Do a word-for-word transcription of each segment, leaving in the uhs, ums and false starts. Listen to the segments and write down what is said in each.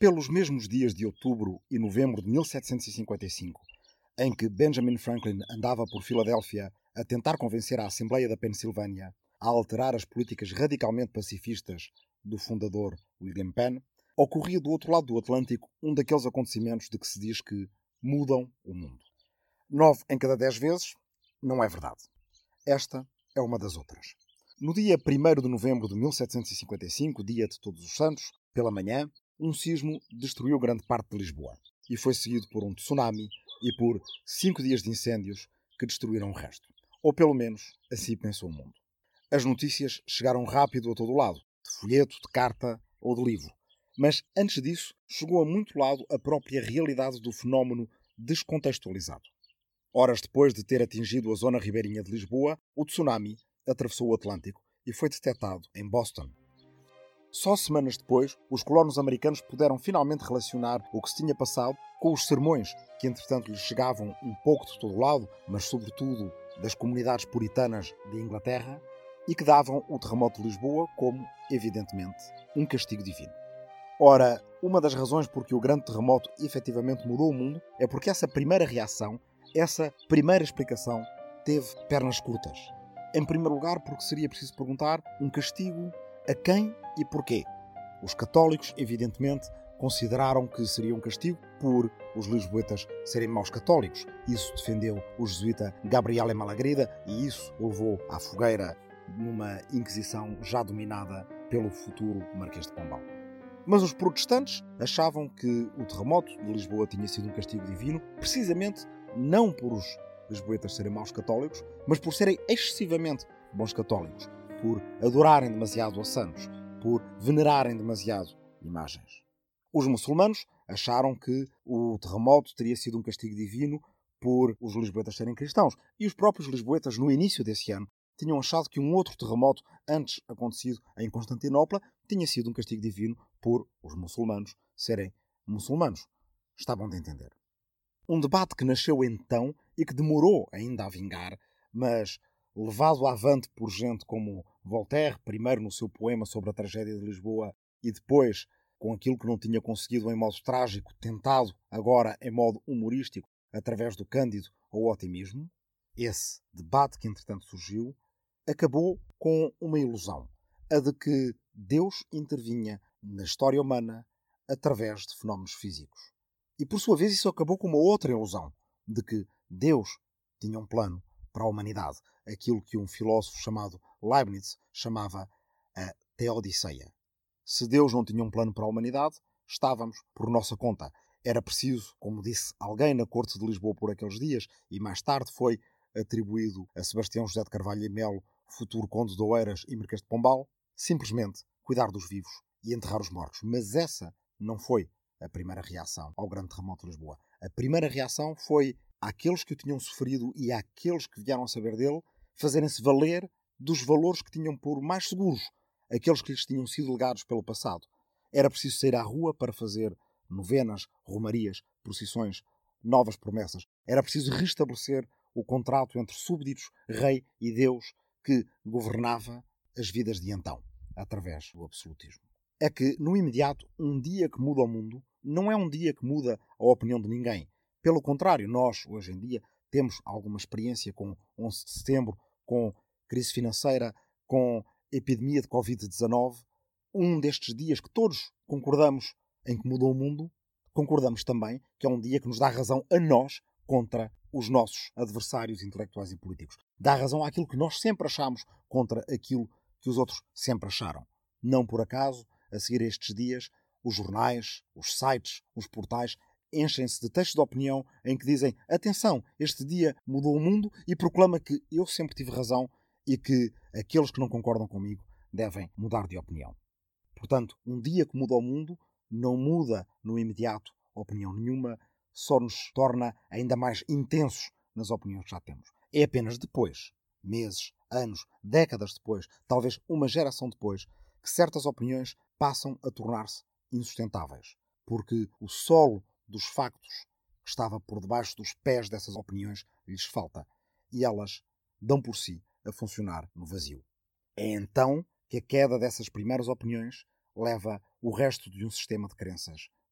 pelos mesmos dias de outubro e novembro de mil setecentos e cinquenta e cinco, em que Benjamin Franklin andava por Filadélfia a tentar convencer a Assembleia da Pensilvânia a alterar as políticas radicalmente pacifistas do fundador William Penn, ocorria do outro lado do Atlântico um daqueles acontecimentos de que se diz que mudam o mundo. Nove em cada dez vezes não é verdade. Esta é uma das outras. No dia primeiro de novembro de mil setecentos e cinquenta e cinco, dia de Todos os Santos, pela manhã, um sismo destruiu grande parte de Lisboa e foi seguido por um tsunami e por cinco dias de incêndios que destruíram o resto. Ou pelo menos assim pensou o mundo. As notícias chegaram rápido a todo o lado, de folheto, de carta ou de livro. Mas antes disso, chegou a muito lado a própria realidade do fenómeno descontextualizado. Horas depois de ter atingido a zona ribeirinha de Lisboa, o tsunami atravessou o Atlântico e foi detectado em Boston. Só semanas depois, os colonos americanos puderam finalmente relacionar o que se tinha passado com os sermões que, entretanto, lhes chegavam um pouco de todo lado, mas sobretudo das comunidades puritanas de Inglaterra, e que davam o terremoto de Lisboa como, evidentemente, um castigo divino. Ora, uma das razões por que o grande terremoto efetivamente mudou o mundo é porque essa primeira reação, essa primeira explicação, teve pernas curtas. Em primeiro lugar, porque seria preciso perguntar um castigo a quem e porquê. Os católicos, evidentemente, consideraram que seria um castigo por os lisboetas serem maus católicos. Isso defendeu o jesuíta Gabriele Malagrida e isso o levou à fogueira numa Inquisição já dominada pelo futuro Marquês de Pombal. Mas os protestantes achavam que o terremoto de Lisboa tinha sido um castigo divino, precisamente não por os lisboetas serem maus católicos, mas por serem excessivamente bons católicos, por adorarem demasiado a santos, por venerarem demasiado imagens. Os muçulmanos acharam que o terremoto teria sido um castigo divino por os lisboetas serem cristãos. E os próprios lisboetas, no início desse ano, tinham achado que um outro terremoto, antes acontecido em Constantinopla, tinha sido um castigo divino por os muçulmanos serem muçulmanos. Estavam de entender. Um debate que nasceu então e que demorou ainda a vingar, mas levado avante por gente como Voltaire, primeiro no seu poema sobre a tragédia de Lisboa e depois, com aquilo que não tinha conseguido em modo trágico, tentado agora em modo humorístico, através do Cândido ao otimismo, esse debate que entretanto surgiu, acabou com uma ilusão, a de que Deus intervinha na história humana através de fenómenos físicos. E por sua vez isso acabou com uma outra ilusão, de que Deus tinha um plano para a humanidade, aquilo que um filósofo chamado Leibniz chamava a teodiceia. Se Deus não tinha um plano para a humanidade, estávamos por nossa conta. Era preciso, como disse alguém na corte de Lisboa por aqueles dias, e mais tarde foi atribuído a Sebastião José de Carvalho e Melo, futuro conde de Oeiras e Marquês de Pombal, simplesmente cuidar dos vivos e enterrar os mortos. Mas essa não foi a primeira reação ao grande terremoto de Lisboa. A primeira reação foi àqueles que o tinham sofrido e àqueles que vieram a saber dele fazerem-se valer dos valores que tinham por mais seguros, aqueles que lhes tinham sido legados pelo passado. Era preciso sair à rua para fazer novenas, romarias, procissões, novas promessas. Era preciso restabelecer o contrato entre súbditos, rei e Deus que governava as vidas de então, através do absolutismo. É que, no imediato, um dia que muda o mundo não é um dia que muda a opinião de ninguém. Pelo contrário, nós, hoje em dia, temos alguma experiência com onze de setembro, com crise financeira, com epidemia de covid dezanove. Um destes dias que todos concordamos em que mudou o mundo, concordamos também que é um dia que nos dá razão a nós contra os nossos adversários intelectuais e políticos. Dá razão àquilo que nós sempre achamos contra aquilo que os outros sempre acharam. Não por acaso, a seguir a estes dias, os jornais, os sites, os portais enchem-se de textos de opinião em que dizem: atenção, este dia mudou o mundo, e proclama que eu sempre tive razão e que aqueles que não concordam comigo devem mudar de opinião. Portanto, um dia que muda o mundo não muda no imediato opinião nenhuma, só nos torna ainda mais intensos nas opiniões que já temos. É apenas depois, meses, anos, décadas depois, talvez uma geração depois, que certas opiniões passam a tornar-se insustentáveis, porque o solo dos factos que estava por debaixo dos pés dessas opiniões lhes falta, e elas dão por si a funcionar no vazio. É então que a queda dessas primeiras opiniões leva o resto de um sistema de crenças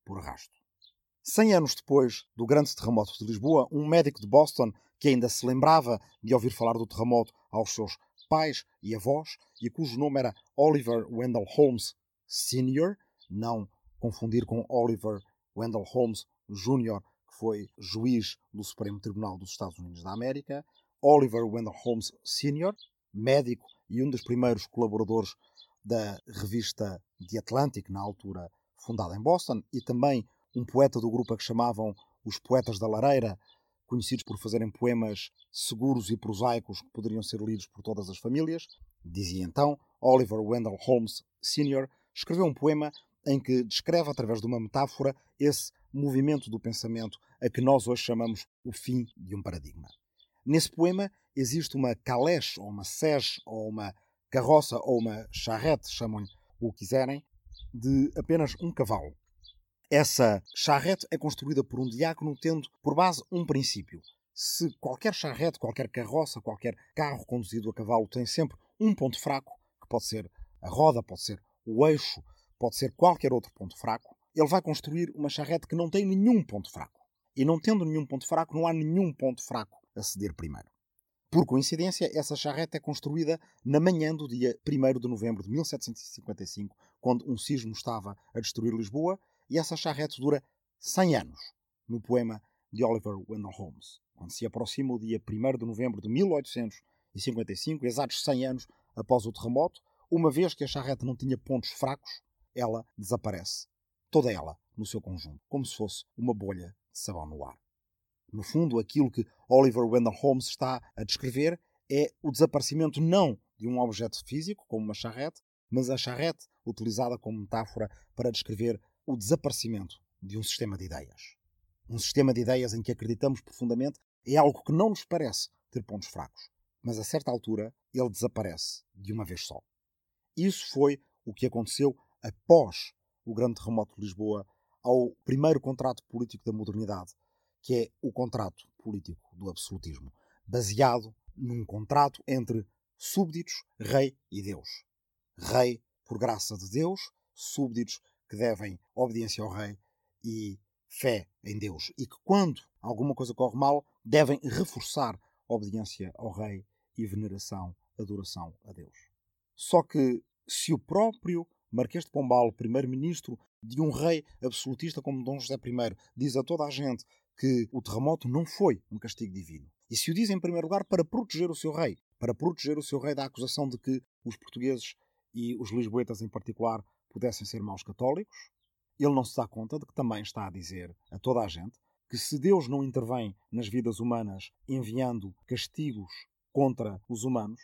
por arrasto. Cem anos depois do grande terremoto de Lisboa, um médico de Boston que ainda se lembrava de ouvir falar do terremoto aos seus pais e avós, e cujo nome era Oliver Wendell Holmes Senior, não confundir com Oliver Wendell Holmes Júnior, que foi juiz do Supremo Tribunal dos Estados Unidos da América. Oliver Wendell Holmes Senior, médico e um dos primeiros colaboradores da revista The Atlantic, na altura fundada em Boston, e também um poeta do grupo a que chamavam os Poetas da Lareira, conhecidos por fazerem poemas seguros e prosaicos que poderiam ser lidos por todas as famílias. Dizia então, Oliver Wendell Holmes Senior escreveu um poema em que descreve, através de uma metáfora, esse movimento do pensamento a que nós hoje chamamos o fim de um paradigma. Nesse poema existe uma calèche, ou uma sege, ou uma carroça, ou uma charrete, chamam-lhe o que quiserem, de apenas um cavalo. Essa charrete é construída por um diácono tendo por base um princípio. Se qualquer charrete, qualquer carroça, qualquer carro conduzido a cavalo tem sempre um ponto fraco, que pode ser a roda, pode ser o eixo, pode ser qualquer outro ponto fraco, ele vai construir uma charrete que não tem nenhum ponto fraco. E não tendo nenhum ponto fraco, não há nenhum ponto fraco a ceder primeiro. Por coincidência, essa charrete é construída na manhã do dia primeiro de novembro de mil setecentos e cinquenta e cinco, quando um sismo estava a destruir Lisboa, e essa charrete dura cem anos, no poema de Oliver Wendell Holmes. Quando se aproxima o dia primeiro de novembro de mil oitocentos e cinquenta e cinco, exatos cem anos após o terremoto, uma vez que a charrete não tinha pontos fracos, ela desaparece. Toda ela, no seu conjunto, como se fosse uma bolha de sabão no ar. No fundo, aquilo que Oliver Wendell Holmes está a descrever é o desaparecimento não de um objeto físico, como uma charrete, mas a charrete utilizada como metáfora para descrever o desaparecimento de um sistema de ideias. Um sistema de ideias em que acreditamos profundamente é algo que não nos parece ter pontos fracos, mas a certa altura ele desaparece de uma vez só. Isso foi o que aconteceu após o grande terremoto de Lisboa, ao primeiro contrato político da modernidade, que é o contrato político do absolutismo, baseado num contrato entre súbditos, rei e Deus. Rei por graça de Deus, súbditos que devem obediência ao rei e fé em Deus. E que quando alguma coisa corre mal, devem reforçar obediência ao rei e veneração, adoração a Deus. Só que se o próprio Marquês de Pombal, primeiro-ministro de um rei absolutista como Dom José I, diz a toda a gente que o terremoto não foi um castigo divino. E se o diz, em primeiro lugar, para proteger o seu rei, para proteger o seu rei da acusação de que os portugueses e os lisboetas em particular pudessem ser maus católicos, ele não se dá conta de que também está a dizer a toda a gente que se Deus não intervém nas vidas humanas enviando castigos contra os humanos,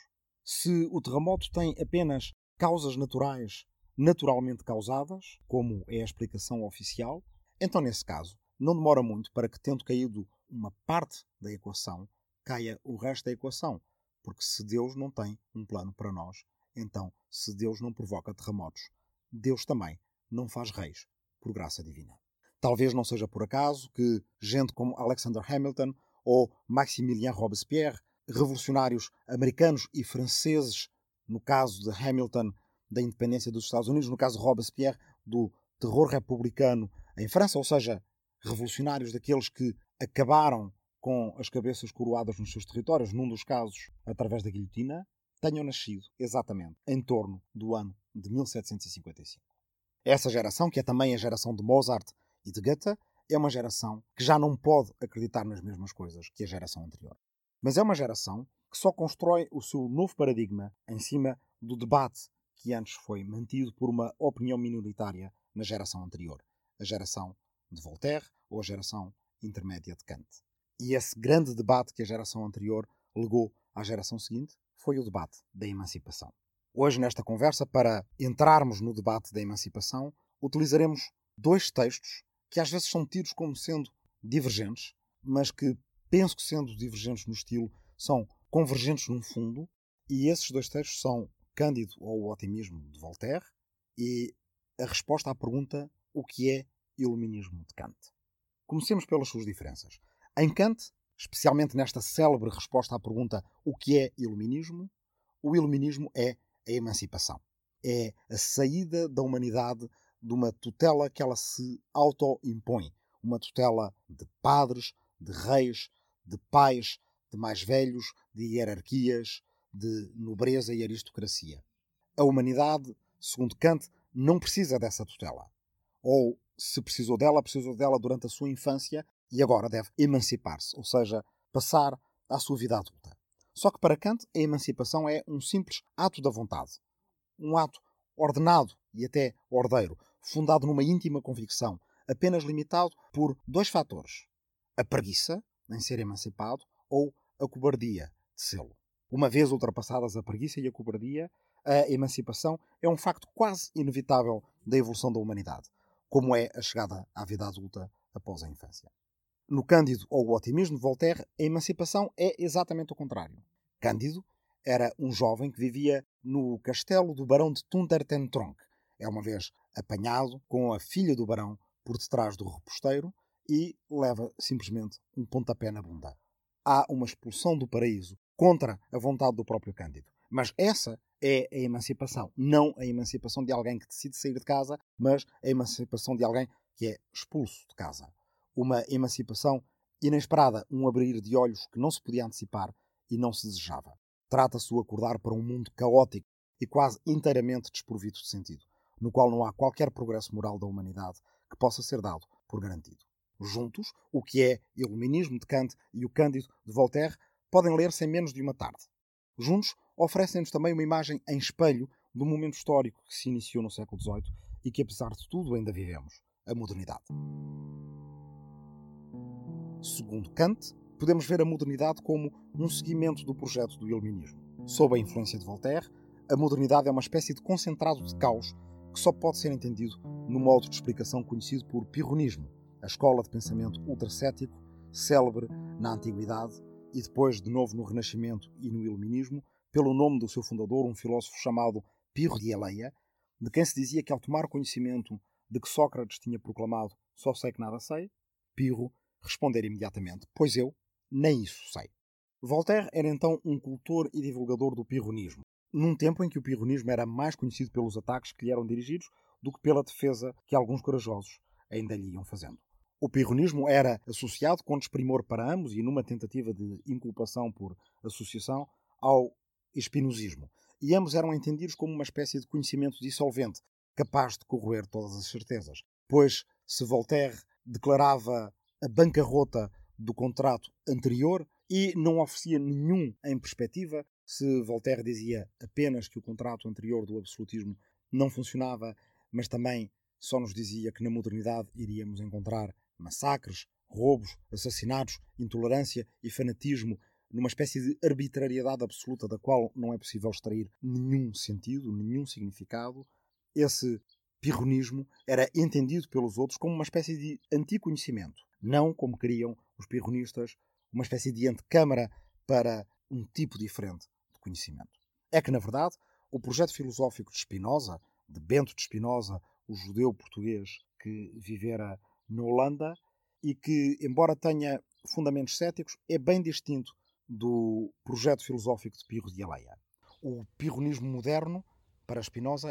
se o terremoto tem apenas causas naturais naturalmente causadas, como é a explicação oficial, então, nesse caso, não demora muito para que, tendo caído uma parte da equação, caia o resto da equação. Porque se Deus não tem um plano para nós, então, se Deus não provoca terremotos, Deus também não faz reis por graça divina. Talvez não seja por acaso que gente como Alexander Hamilton ou Maximilien Robespierre, revolucionários americanos e franceses, no caso de Hamilton, da independência dos Estados Unidos, no caso de Robespierre, do terror republicano em França, ou seja, revolucionários daqueles que acabaram com as cabeças coroadas nos seus territórios, num dos casos através da guilhotina, tenham nascido exatamente em torno do ano de mil setecentos e cinquenta e cinco. Essa geração, que é também a geração de Mozart e de Goethe, é uma geração que já não pode acreditar nas mesmas coisas que a geração anterior. Mas é uma geração que só constrói o seu novo paradigma em cima do debate que antes foi mantido por uma opinião minoritária na geração anterior, a geração de Voltaire ou a geração intermédia de Kant. E esse grande debate que a geração anterior legou à geração seguinte foi o debate da emancipação. Hoje, nesta conversa, para entrarmos no debate da emancipação, utilizaremos dois textos que às vezes são tidos como sendo divergentes, mas que, penso que sendo divergentes no estilo, são convergentes no fundo, e esses dois textos são Cândido ou o Otimismo, de Voltaire, e a resposta à pergunta o que é Iluminismo, de Kant. Comecemos pelas suas diferenças. Em Kant, especialmente nesta célebre resposta à pergunta o que é Iluminismo, o Iluminismo é a emancipação. É a saída da humanidade de uma tutela que ela se auto-impõe. Uma tutela de padres, de reis, de pais, de mais velhos, de hierarquias, de nobreza e aristocracia. A humanidade, segundo Kant, não precisa dessa tutela. Ou, se precisou dela, precisou dela durante a sua infância e agora deve emancipar-se, ou seja, passar à sua vida adulta. Só que para Kant a emancipação é um simples ato da vontade. Um ato ordenado e até ordeiro, fundado numa íntima convicção, apenas limitado por dois fatores: a preguiça em ser emancipado ou a cobardia de sê-lo. Uma vez ultrapassadas a preguiça e a cobardia, a emancipação é um facto quase inevitável da evolução da humanidade, como é a chegada à vida adulta após a infância. No Cândido ou o Otimismo de Voltaire, a emancipação é exatamente o contrário. Cândido era um jovem que vivia no castelo do barão de Thundertentronckh. É uma vez apanhado com a filha do barão por detrás do reposteiro e leva simplesmente um pontapé na bunda. Há uma expulsão do paraíso contra a vontade do próprio Cândido. Mas essa é a emancipação. Não a emancipação de alguém que decide sair de casa, mas a emancipação de alguém que é expulso de casa. Uma emancipação inesperada, um abrir de olhos que não se podia antecipar e não se desejava. Trata-se de acordar para um mundo caótico e quase inteiramente desprovido de sentido, no qual não há qualquer progresso moral da humanidade que possa ser dado por garantido. Juntos, o que é Iluminismo de Kant e o Cândido de Voltaire podem ler-se em menos de uma tarde. Juntos, oferecem-nos também uma imagem em espelho do momento histórico que se iniciou no século dezoito e que, apesar de tudo, ainda vivemos: a modernidade. Segundo Kant, podemos ver a modernidade como um seguimento do projeto do Iluminismo. Sob a influência de Voltaire, a modernidade é uma espécie de concentrado de caos que só pode ser entendido no modo de explicação conhecido por Pirronismo, a escola de pensamento ultracético, célebre na Antiguidade e depois, de novo, no Renascimento e no Iluminismo, pelo nome do seu fundador, um filósofo chamado Pirro de Eleia, de quem se dizia que, ao tomar conhecimento de que Sócrates tinha proclamado "só sei que nada sei", Pirro responder imediatamente: "Pois eu nem isso sei". Voltaire era então um cultor e divulgador do pirronismo, num tempo em que o pirronismo era mais conhecido pelos ataques que lhe eram dirigidos do que pela defesa que alguns corajosos ainda lhe iam fazendo. O pirronismo era associado com desprimor para ambos e numa tentativa de inculpação por associação ao espinosismo, e ambos eram entendidos como uma espécie de conhecimento dissolvente, capaz de corroer todas as certezas. Pois, se Voltaire declarava a bancarrota do contrato anterior e não oferecia nenhum em perspectiva, se Voltaire dizia apenas que o contrato anterior do absolutismo não funcionava, mas também só nos dizia que na modernidade iríamos encontrar massacres, roubos, assassinatos, intolerância e fanatismo, numa espécie de arbitrariedade absoluta da qual não é possível extrair nenhum sentido, nenhum significado, esse pirronismo era entendido pelos outros como uma espécie de anticonhecimento, não como queriam os pirronistas, uma espécie de antecâmara para um tipo diferente de conhecimento. É que, na verdade, o projeto filosófico de Spinoza, de Bento de Spinoza, o judeu português que vivera na Holanda e que, embora tenha fundamentos céticos, é bem distinto do projeto filosófico de Pirro de Eleia. O pirronismo moderno, para Spinoza,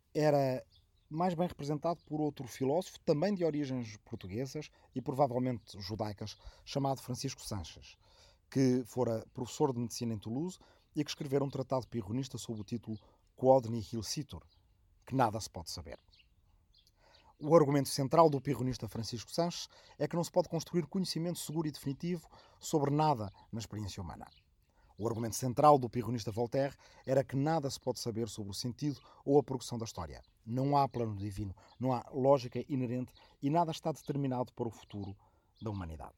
era mais bem representado por outro filósofo, também de origens portuguesas e provavelmente judaicas, chamado Francisco Sanches, que fora professor de medicina em Toulouse e que escrevera um tratado pirronista sob o título Quod nihil situr, que nada se pode saber. O argumento central do pirronista Francisco Sanches é que não se pode construir conhecimento seguro e definitivo sobre nada na experiência humana. O argumento central do pirronista Voltaire era que nada se pode saber sobre o sentido ou a progressão da história. Não há plano divino, não há lógica inerente e nada está determinado para o futuro da humanidade.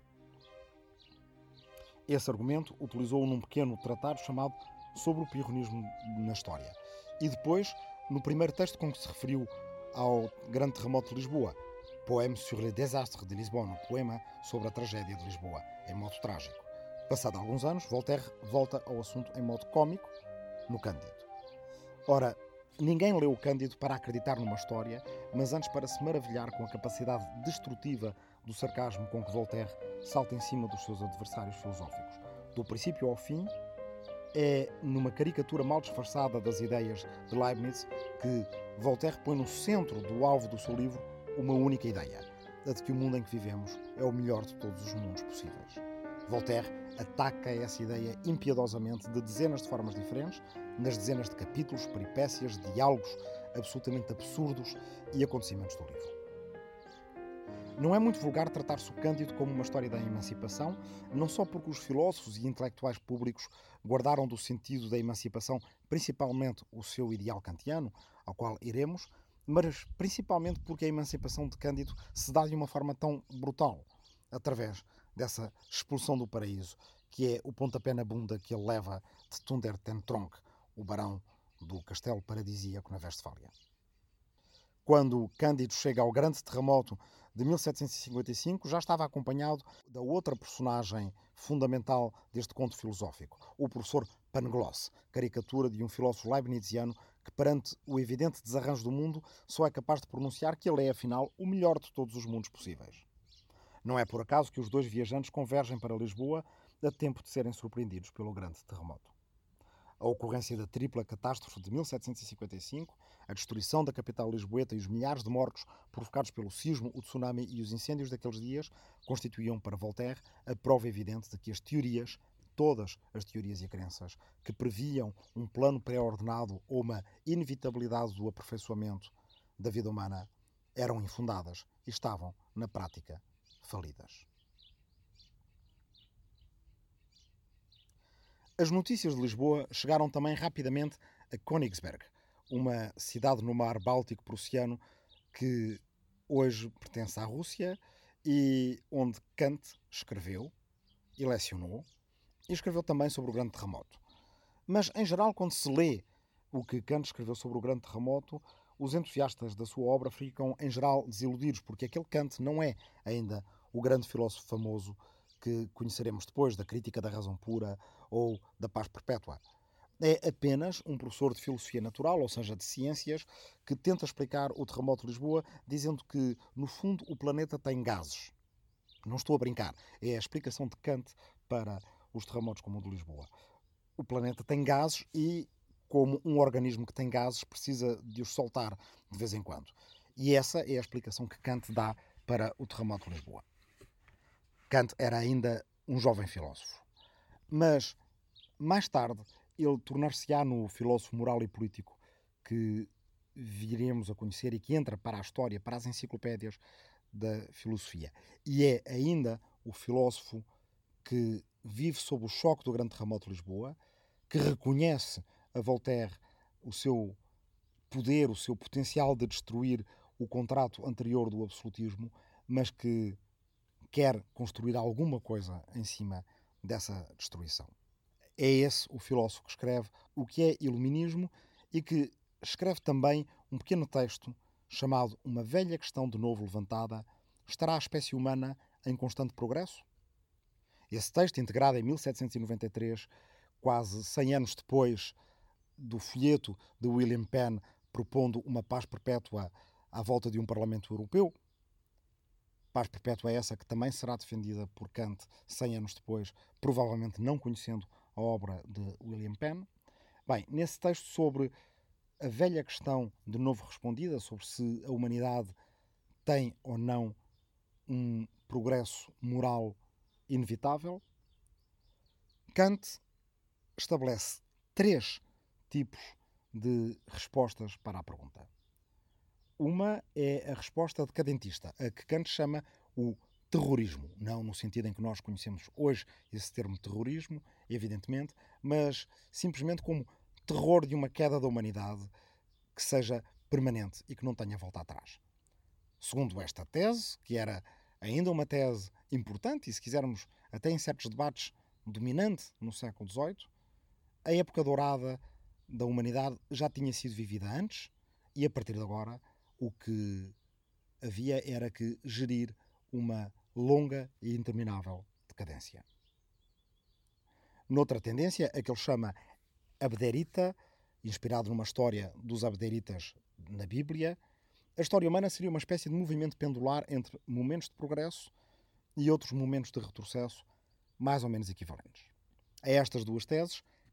Esse argumento utilizou-o num pequeno tratado chamado Sobre o Pirronismo na História. E depois, no primeiro texto com que se referiu ao grande terremoto de Lisboa, Poème sur le désastre de Lisbonne, poema sobre a tragédia de Lisboa, em modo trágico. Passado alguns anos, Voltaire volta ao assunto em modo cómico, no Cândido. Ora, ninguém leu o Cândido para acreditar numa história, mas antes para se maravilhar com a capacidade destrutiva do sarcasmo com que Voltaire salta em cima dos seus adversários filosóficos. Do princípio ao fim, É numa caricatura mal disfarçada das ideias de Leibniz que Voltaire põe no centro do alvo do seu livro uma única ideia, a de que o mundo em que vivemos é o melhor de todos os mundos possíveis. Voltaire ataca essa ideia impiedosamente de dezenas de formas diferentes, nas dezenas de capítulos, peripécias, diálogos absolutamente absurdos e acontecimentos do livro. Não é muito vulgar tratar-se o Cândido como uma história da emancipação, não só porque os filósofos e intelectuais públicos guardaram do sentido da emancipação principalmente o seu ideal kantiano, ao qual iremos, mas principalmente porque a emancipação de Cândido se dá de uma forma tão brutal, através dessa expulsão do paraíso, que é o pontapé na bunda que ele leva de Tunder ten Tronckh, o barão do castelo paradisíaco na Westfália. Quando Cândido chega ao grande terremoto de mil setecentos e cinquenta e cinco, já estava acompanhado da outra personagem fundamental deste conto filosófico, o professor Pangloss, caricatura de um filósofo leibniziano que, perante o evidente desarranjo do mundo, só é capaz de pronunciar que ele é, afinal, o melhor de todos os mundos possíveis. Não é por acaso que os dois viajantes convergem para Lisboa a tempo de serem surpreendidos pelo grande terremoto. A ocorrência da tripla catástrofe de mil setecentos e cinquenta e cinco, a destruição da capital lisboeta e os milhares de mortos provocados pelo sismo, o tsunami e os incêndios daqueles dias constituíam para Voltaire a prova evidente de que as teorias, todas as teorias e crenças, que previam um plano pré-ordenado ou uma inevitabilidade do aperfeiçoamento da vida humana, eram infundadas e estavam, na prática, falidas. As notícias de Lisboa chegaram também rapidamente a Königsberg, uma cidade no mar Báltico prussiano que hoje pertence à Rússia e onde Kant escreveu e lecionou e escreveu também sobre o grande terremoto. Mas, em geral, quando se lê o que Kant escreveu sobre o grande terremoto, os entusiastas da sua obra ficam, em geral, desiludidos, porque aquele Kant não é ainda o grande filósofo famoso que conheceremos depois da crítica da razão pura ou da paz perpétua. É apenas um professor de filosofia natural, ou seja, de ciências, que tenta explicar o terremoto de Lisboa dizendo que, no fundo, o planeta tem gases. Não estou a brincar. É a explicação de Kant para os terremotos como o de Lisboa. O planeta tem gases e, como um organismo que tem gases, precisa de os soltar de vez em quando. E essa é a explicação que Kant dá para o terremoto de Lisboa. Kant era ainda um jovem filósofo. Mas, mais tarde, ele tornar-se-á no filósofo moral e político que viremos a conhecer e que entra para a história, para as enciclopédias da filosofia. E é ainda o filósofo que vive sob o choque do grande terremoto de Lisboa, que reconhece a Voltaire o seu poder, o seu potencial de destruir o contrato anterior do absolutismo, mas que quer construir alguma coisa em cima dessa destruição. É esse o filósofo que escreve o que é iluminismo e que escreve também um pequeno texto chamado Uma velha questão de novo levantada: estará a espécie humana em constante progresso? Esse texto, integrado em mil setecentos e noventa e três, quase cem anos depois do folheto de William Penn propondo uma paz perpétua à volta de um Parlamento Europeu, paz perpétua é essa que também será defendida por Kant cem anos depois, provavelmente não conhecendo a obra de William Penn. Bem, nesse texto sobre a velha questão de novo respondida, sobre se a humanidade tem ou não um progresso moral inevitável, Kant estabelece três tipos de respostas para a pergunta. Uma é a resposta decadentista, a que Kant chama o terrorismo, não no sentido em que nós conhecemos hoje esse termo terrorismo, evidentemente, mas simplesmente como terror de uma queda da humanidade que seja permanente e que não tenha volta atrás. Segundo esta tese, que era ainda uma tese importante e, se quisermos, até em certos debates, dominante no século dezoito, a época dourada da humanidade já tinha sido vivida antes e, a partir de agora, o que havia era que gerir uma longa e interminável decadência. Noutra tendência, a que ele chama abderita, inspirado numa história dos abderitas na Bíblia, a história humana seria uma espécie de movimento pendular entre momentos de progresso e outros momentos de retrocesso mais ou menos equivalentes. A estas duas teses,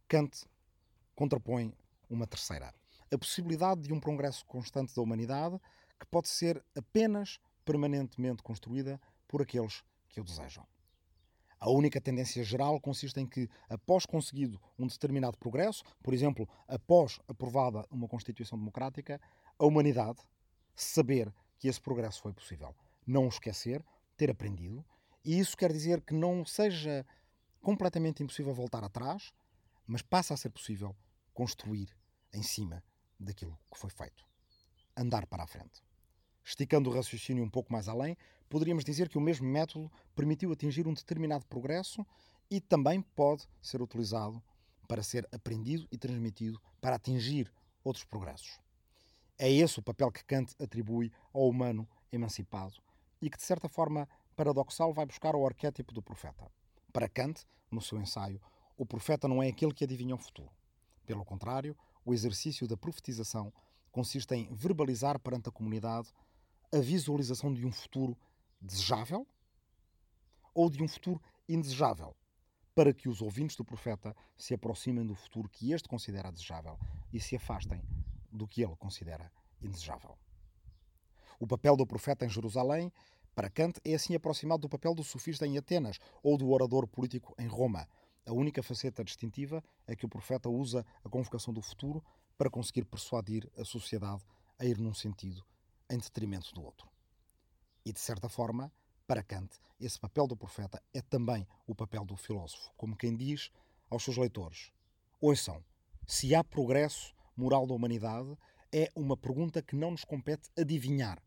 Kant contrapõe uma terceira: a possibilidade de um progresso constante da humanidade que pode ser apenas permanentemente construída por aqueles que o desejam. A única tendência geral consiste em que, após conseguido um determinado progresso, por exemplo, após aprovada uma Constituição Democrática, a humanidade saber que esse progresso foi possível, não o esquecer, ter aprendido, e isso quer dizer que não seja completamente impossível voltar atrás, mas passa a ser possível construir em cima daquilo que foi feito. Andar para a frente. Esticando o raciocínio um pouco mais além, poderíamos dizer que o mesmo método permitiu atingir um determinado progresso e também pode ser utilizado para ser aprendido e transmitido para atingir outros progressos. É esse o papel que Kant atribui ao humano emancipado e que, de certa forma paradoxal, vai buscar o arquétipo do profeta. Para Kant, no seu ensaio, o profeta não é aquele que adivinha o futuro. Pelo contrário, o exercício da profetização consiste em verbalizar perante a comunidade a visualização de um futuro desejável ou de um futuro indesejável, para que os ouvintes do profeta se aproximem do futuro que este considera desejável e se afastem do que ele considera indesejável. O papel do profeta em Jerusalém, para Kant, é assim aproximado do papel do sofista em Atenas ou do orador político em Roma. A única faceta distintiva é que o profeta usa a convocação do futuro para conseguir persuadir a sociedade a ir num sentido em detrimento do outro. E, de certa forma, para Kant, esse papel do profeta é também o papel do filósofo, como quem diz aos seus leitores: ouçam, se há progresso moral da humanidade, é uma pergunta que não nos compete adivinhar.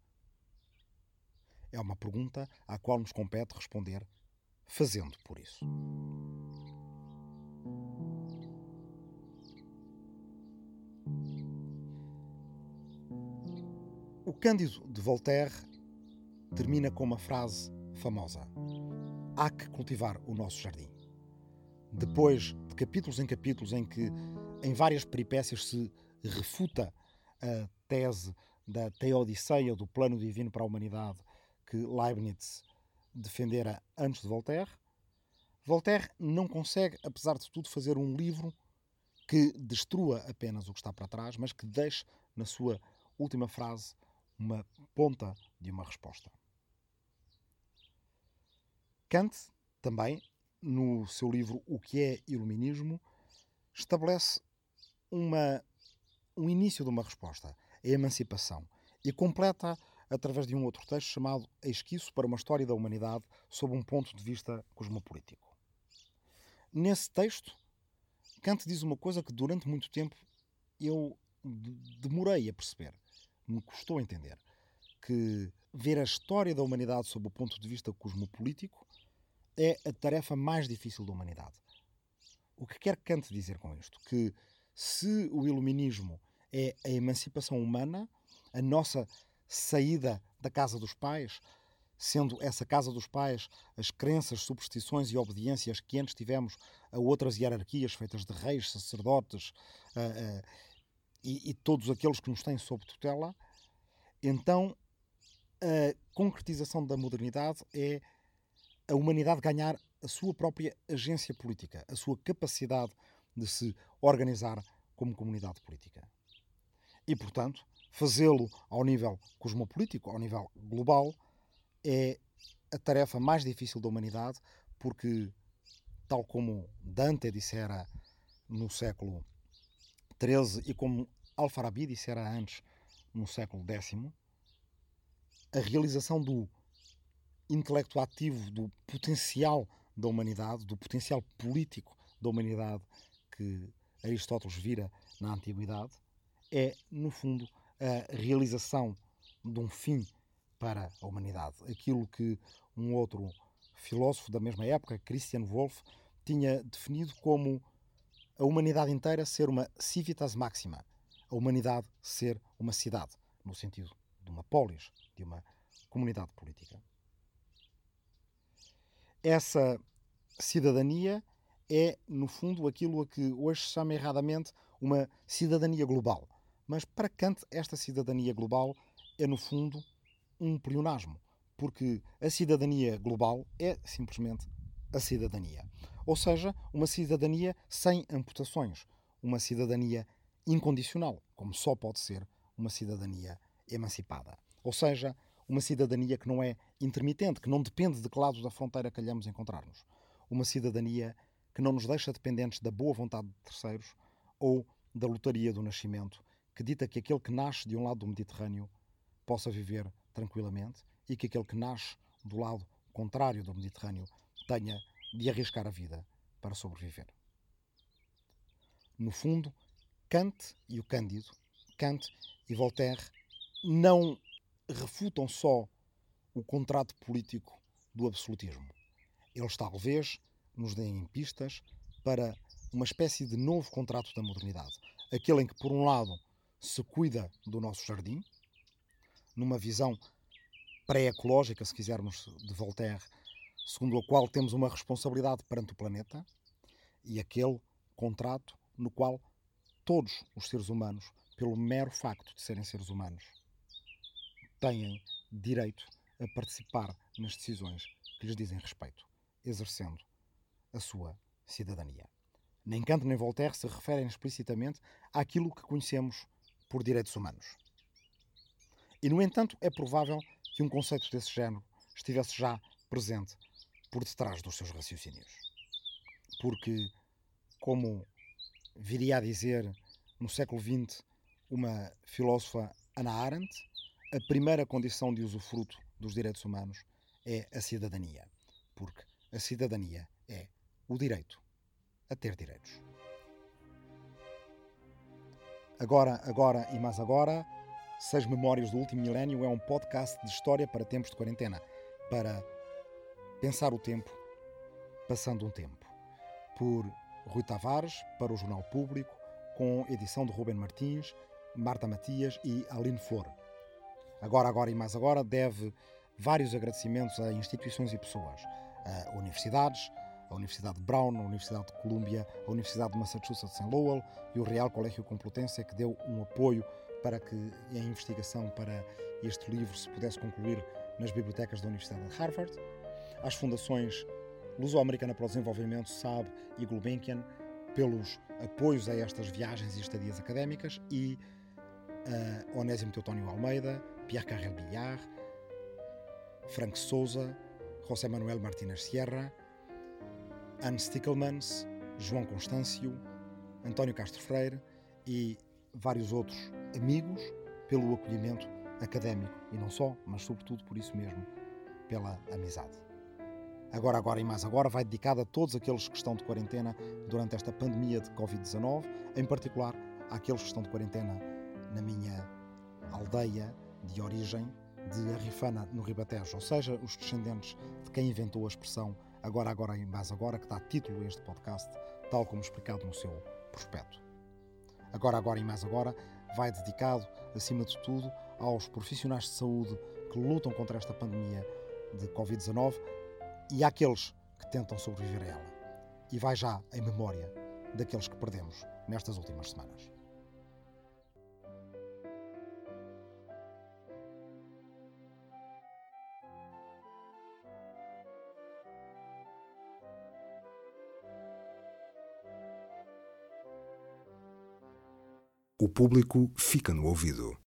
É uma pergunta à qual nos compete responder fazendo por isso. O Cândido de Voltaire termina com uma frase famosa: há que cultivar o nosso jardim. Depois de capítulos em capítulos em que, em várias peripécias, se refuta a tese da teodiceia, do plano divino para a humanidade que Leibniz defendera antes de Voltaire, Voltaire não consegue, apesar de tudo, fazer um livro que destrua apenas o que está para trás, mas que deixe na sua última frase uma ponta de uma resposta. Kant, também, no seu livro O que é Iluminismo, estabelece uma, um início de uma resposta, a emancipação, e completa através de um outro texto chamado Esquiço para uma História da Humanidade sob um ponto de vista cosmopolítico. Nesse texto, Kant diz uma coisa que durante muito tempo eu demorei a perceber, me custou entender, que ver a história da humanidade sob o ponto de vista cosmopolítico é a tarefa mais difícil da humanidade. O que quer Kant dizer com isto? Que se o iluminismo é a emancipação humana, a nossa saída da casa dos pais, sendo essa casa dos pais as crenças, superstições e obediências que antes tivemos a outras hierarquias feitas de reis, sacerdotes uh, uh, e, e todos aqueles que nos têm sob tutela, então a concretização da modernidade é a humanidade ganhar a sua própria agência política, a sua capacidade de se organizar como comunidade política. E, portanto, fazê-lo ao nível cosmopolítico, ao nível global, é a tarefa mais difícil da humanidade, porque, tal como Dante dissera no século treze e como Alfarabi dissera antes, no século décimo, a realização do intelecto ativo, do potencial da humanidade, do potencial político da humanidade que Aristóteles vira na Antiguidade, é, no fundo, a realização de um fim para a humanidade. Aquilo que um outro filósofo da mesma época, Christian Wolff, tinha definido como a humanidade inteira ser uma civitas maxima, a humanidade ser uma cidade, no sentido de uma polis, de uma comunidade política. Essa cidadania é, no fundo, aquilo a que hoje se chama erradamente uma cidadania global. Mas para Kant, esta cidadania global é, no fundo, um pleonasmo, porque a cidadania global é simplesmente a cidadania. Ou seja, uma cidadania sem amputações, uma cidadania incondicional, como só pode ser uma cidadania emancipada. Ou seja, uma cidadania que não é intermitente, que não depende de que lado da fronteira calhamos encontrar-nos. Uma cidadania que não nos deixa dependentes da boa vontade de terceiros ou da lotaria do nascimento, que dita que aquele que nasce de um lado do Mediterrâneo possa viver tranquilamente e que aquele que nasce do lado contrário do Mediterrâneo tenha de arriscar a vida para sobreviver. No fundo, Kant e o Cândido, Kant e Voltaire, não refutam só o contrato político do absolutismo. Eles talvez nos deem pistas para uma espécie de novo contrato da modernidade. Aquele em que, por um lado, se cuida do nosso jardim, numa visão pré-ecológica, se quisermos, de Voltaire, segundo a qual temos uma responsabilidade perante o planeta, e aquele contrato no qual todos os seres humanos, pelo mero facto de serem seres humanos, têm direito a participar nas decisões que lhes dizem respeito, exercendo a sua cidadania. Nem Kant nem Voltaire se referem explicitamente àquilo que conhecemos por direitos humanos. E, no entanto, é provável que um conceito desse género estivesse já presente por detrás dos seus raciocínios. Porque, como viria a dizer no século vinte uma filósofa, Hannah Arendt, a primeira condição de usufruto dos direitos humanos é a cidadania. Porque a cidadania é o direito a ter direitos. Agora, agora e mais agora, Seis Memórias do Último Milénio é um podcast de história para tempos de quarentena, para pensar o tempo, passando um tempo. Por Rui Tavares, para o Jornal Público, com edição de Ruben Martins, Marta Matias e Aline Flor. Agora, agora e mais agora, deve vários agradecimentos a instituições e pessoas, a universidades, a Universidade de Brown, a Universidade de Columbia, a Universidade de Massachusetts em Lowell e o Real Colégio Complutense, que deu um apoio para que a investigação para este livro se pudesse concluir nas bibliotecas da Universidade de Harvard, às fundações Luso-Americana para o Desenvolvimento, S A B e Gulbenkian, pelos apoios a estas viagens e estadias académicas, e a Onésimo Teutónio Almeida, Pierre Carrel Billard, Frank Souza, José Manuel Martínez Sierra, Anne Stickelmans, João Constâncio, António Castro Freire e vários outros amigos pelo acolhimento académico, e não só, mas sobretudo por isso mesmo, pela amizade. Agora, agora e mais agora vai dedicado a todos aqueles que estão de quarentena durante esta pandemia de covid dezanove, em particular àqueles que estão de quarentena na minha aldeia de origem de Arrifana, no Ribatejo, ou seja, os descendentes de quem inventou a expressão agora, agora e mais agora, que dá título a este podcast, tal como explicado no seu prospecto. Agora, agora e mais agora vai dedicado, acima de tudo, aos profissionais de saúde que lutam contra esta pandemia de covid dezanove e àqueles que tentam sobreviver a ela. E vai já em memória daqueles que perdemos nestas últimas semanas. O público fica no ouvido.